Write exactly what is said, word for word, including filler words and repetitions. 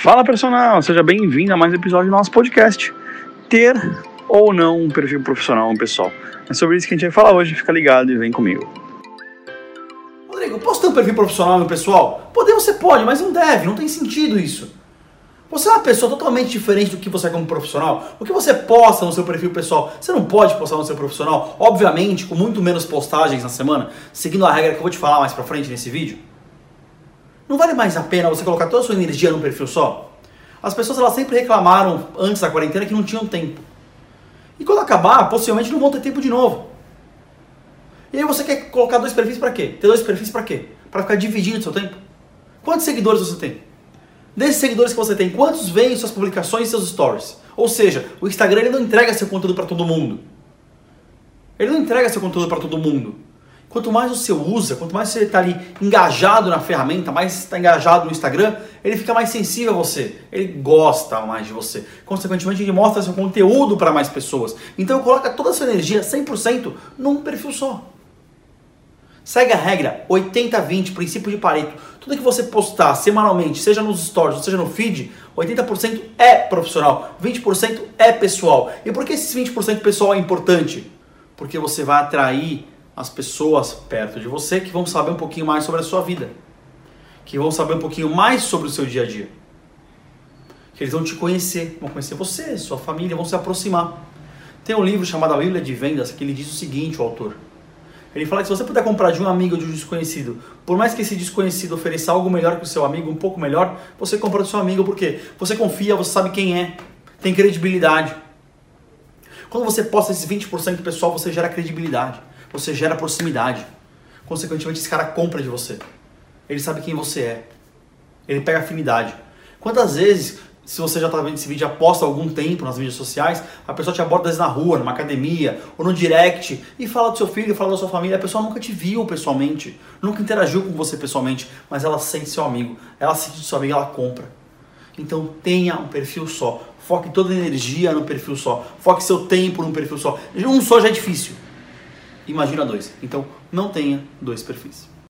Fala, personal! Seja bem-vindo a mais um episódio do nosso podcast. Ter ou não um perfil profissional, pessoal? É sobre isso que a gente vai falar hoje. Fica ligado e vem comigo. Rodrigo, posso ter um perfil profissional, meu pessoal? Poder você pode, mas não deve, não tem sentido isso. Você é uma pessoa totalmente diferente do que você é como profissional. O que você posta no seu perfil pessoal, você não pode postar no seu profissional, obviamente, com muito menos postagens na semana, seguindo a regra que eu vou te falar mais pra frente nesse vídeo. Não vale mais a pena você colocar toda a sua energia num perfil só? As pessoas elas sempre reclamaram antes da quarentena que não tinham tempo. E quando acabar, possivelmente não vão ter tempo de novo. E aí você quer colocar dois perfis pra quê? Ter dois perfis pra quê? Pra ficar dividindo o seu tempo? Quantos seguidores você tem? Desses seguidores que você tem, quantos veem suas publicações e seus stories? Ou seja, o Instagram ele não entrega seu conteúdo para todo mundo. Ele não entrega seu conteúdo para todo mundo. Quanto mais você usa, quanto mais você está ali engajado na ferramenta, mais está engajado no Instagram, ele fica mais sensível a você. Ele gosta mais de você. Consequentemente, ele mostra seu conteúdo para mais pessoas. Então, coloca toda a sua energia, cem por cento, num perfil só. Segue a regra oitenta vinte, princípio de Pareto. Tudo que você postar semanalmente, seja nos stories, ou seja no feed, oitenta por cento é profissional, vinte por cento é pessoal. E por que esses vinte por cento pessoal é importante? Porque você vai atrair as pessoas perto de você que vão saber um pouquinho mais sobre a sua vida. Que vão saber um pouquinho mais sobre o seu dia a dia. Que eles vão te conhecer, vão conhecer você, sua família, vão se aproximar. Tem um livro chamado A Bíblia de Vendas que ele diz o seguinte, o autor. Ele fala que se você puder comprar de um amigo ou de um desconhecido, por mais que esse desconhecido ofereça algo melhor que o seu amigo, um pouco melhor, você compra do seu amigo porque você confia, você sabe quem é, tem credibilidade. Quando você posta esses vinte por cento pessoal, você gera credibilidade, você gera proximidade. Consequentemente, esse cara compra de você. Ele sabe quem você é. Ele pega afinidade. Quantas vezes, se você já está vendo esse vídeo, já posta há algum tempo nas mídias sociais, a pessoa te aborda na rua, numa academia, ou no direct, e fala do seu filho, fala da sua família, a pessoa nunca te viu pessoalmente, nunca interagiu com você pessoalmente, mas ela sente seu amigo, ela sente seu amigo, ela compra. Então tenha um perfil só, foque toda a energia no perfil só, foque seu tempo num perfil só. Um só já é difícil, imagina dois, então não tenha dois perfis.